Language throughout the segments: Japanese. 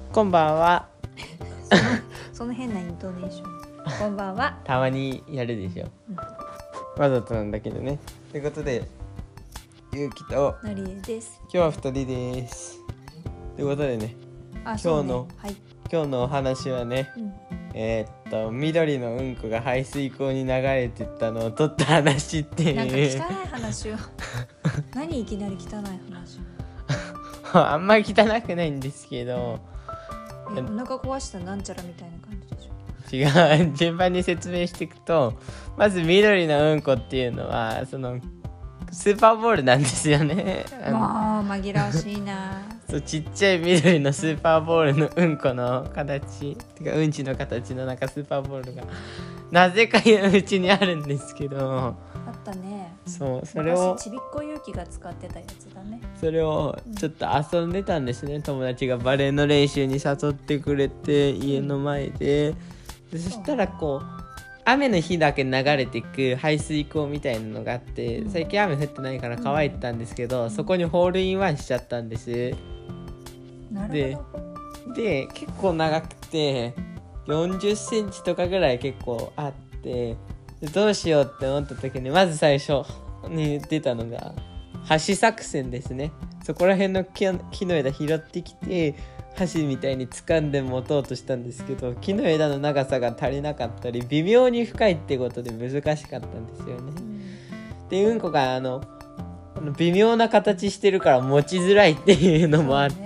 こんばんは。 その変なイントネーション。こんばんは。 たまにやるでしょ、わざとなんだけどね。ということで、ゆうきとのりえです。 今日は2人です。ということでね、今日のお話はね、緑のうんこが排水溝に流れてったのを撮った話っていう。 なんか汚い話を何いきなり汚い話をあんまり汚くないんですけど、 お腹壊したなんちゃらみたいな感じでしょ。 違う、順番に説明していくと、まず緑のうんこっていうのはそのスーパーボールなんですよね。 もう紛らわしいな。 そうちっちゃい緑のスーパーボールのうんこの形てかうんちの形のなんかスーパーボールがなぜかうちにあるんですけど、 あったね。 そうそれをちびっこゆうきが使ってたやつだね。 それをちょっと遊んでたんですね、友達がバレエの練習に誘ってくれて家の前で、そしたらこう雨の日だけ流れていく排水溝みたいなのがあって、最近雨降ってないから乾いてたんですけど、そこにホールインワンしちゃったんです。 なるほど。 で結構長くて40センチとかぐらい結構あって、でどうしようって思った時にまず最初に出たのが箸作戦ですね。そこら辺の木の枝拾ってきて箸みたいに掴んで持とうとしたんですけど、木の枝の長さが足りなかったり微妙に深いってことで難しかったんですよね。でうんこが微妙な形してるから持ちづらいっていうのもあって、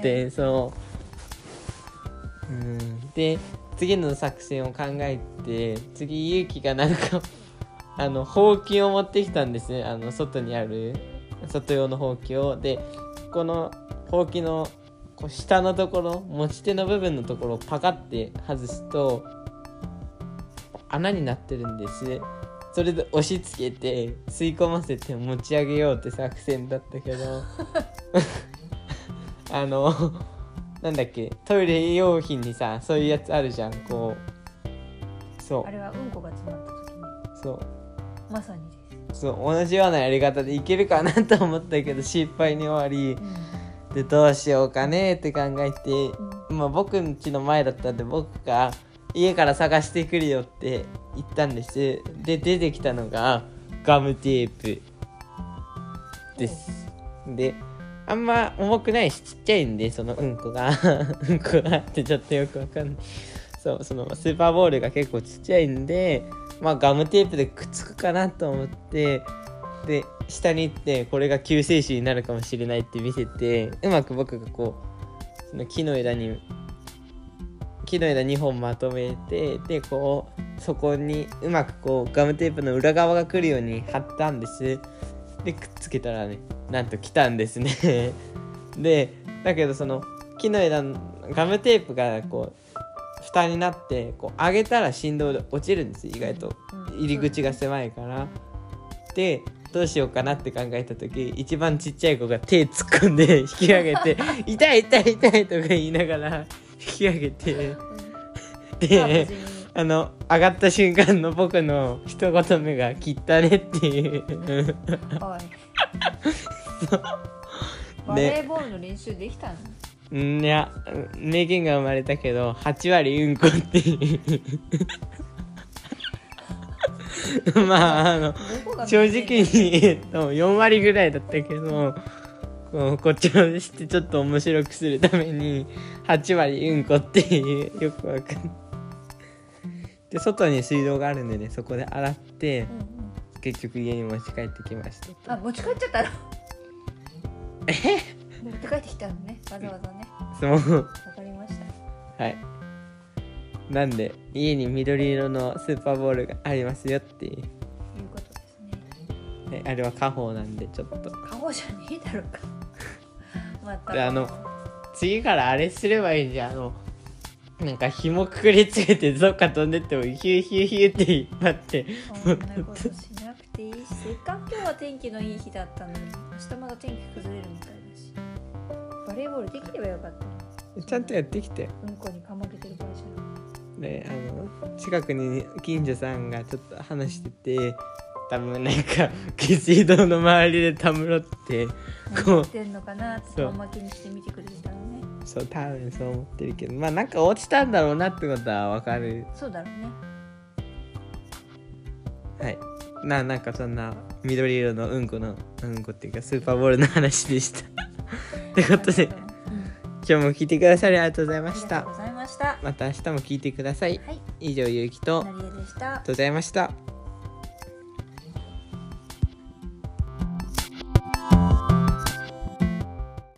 で次の作戦を考えて、次ゆうきがなんかほうきを持ってきたんですね。外にある外用のほうきを。でこのほうきのこう下のところ、持ち手の部分のところをパカって外すと穴になってるんです。それで押し付けて吸い込ませて持ち上げようって作戦だったけどなんだっけ、トイレ用品にさそういうやつあるじゃん、こう。そうあれはうんこが詰まった時に。 そうまさにです。 そう同じようなやり方でいけるかなと思ったけど失敗に終わり、でどうしようかねって考えて、僕ん家の前だったんで僕が家から探してくるよって言ったんです。で出てきたのがガムテープです。であんま重くないしちっちゃいんで、そのうんこがうんこがってちょっとよくわかんない。そのスーパーボールが結構ちっちゃいんで、ガムテープでくっつくかなと思って、で下に行ってこれが救世主になるかもしれないって見せて、うまく僕がこうその木の枝2本まとめて、でこうそこにうまくこうガムテープの裏側が来るように貼ったんです。でくっつけたらね、なんと来たんですねでだけどその木の枝のガムテープがこう蓋になってこう上げたら振動で落ちるんです、意外と入り口が狭いから。でどうしようかなって考えた時、一番ちっちゃい子が手突っ込んで引き上げて痛い痛い痛いとか言いながら引き上げて、で上がった瞬間の僕の一言目が切ったねっていうおいバレーボールの練習できたの？ いや、名言が生まれたけど8割うんこっていう正直に4割ぐらいだったけど、こっちをしてちょっと面白くするために8割うんこっていうよくわかんない。で外に水道があるんでね、そこで洗って、結局家に持ち帰ってきました。 持ち帰っちゃったの？持って帰ってきたのね、わざわざね。 そうわかりました。 はい。なんで家に緑色のスーパーボールがありますよっていうことですね。 あれは家宝なんでちょっと。 家宝じゃねえだろうかまたで次からあれすればいいんじゃん。なんか紐くくりつけてどっか飛んでってもヒューヒューヒューって引っ張ってそんなことしなくていいし、せっかく今日は天気のいい日だったのに明日まだ天気崩れるみたいだし、バレーボールできればよかったの。 ちゃんとやってきて。 うんこにかまけてる場合じで近くに近所さんがちょっと話してて、多分なんか下水道の周りでたむろってゃない。何やってんのかなって遠巻きにして見てくれてたのね。 そう多分そう思ってるけど、まあなんか落ちたんだろうなってことはわかる。 そうだろうね。 はい。なんかそんな緑色のうんこっていうかスーパーボールの話でしたってことで、今日も聞いてくださりありがとうございました。 ありがとうございました。 また明日も聞いてください。 はい。 以上ゆうきとなりえでした。 ありがとうございました。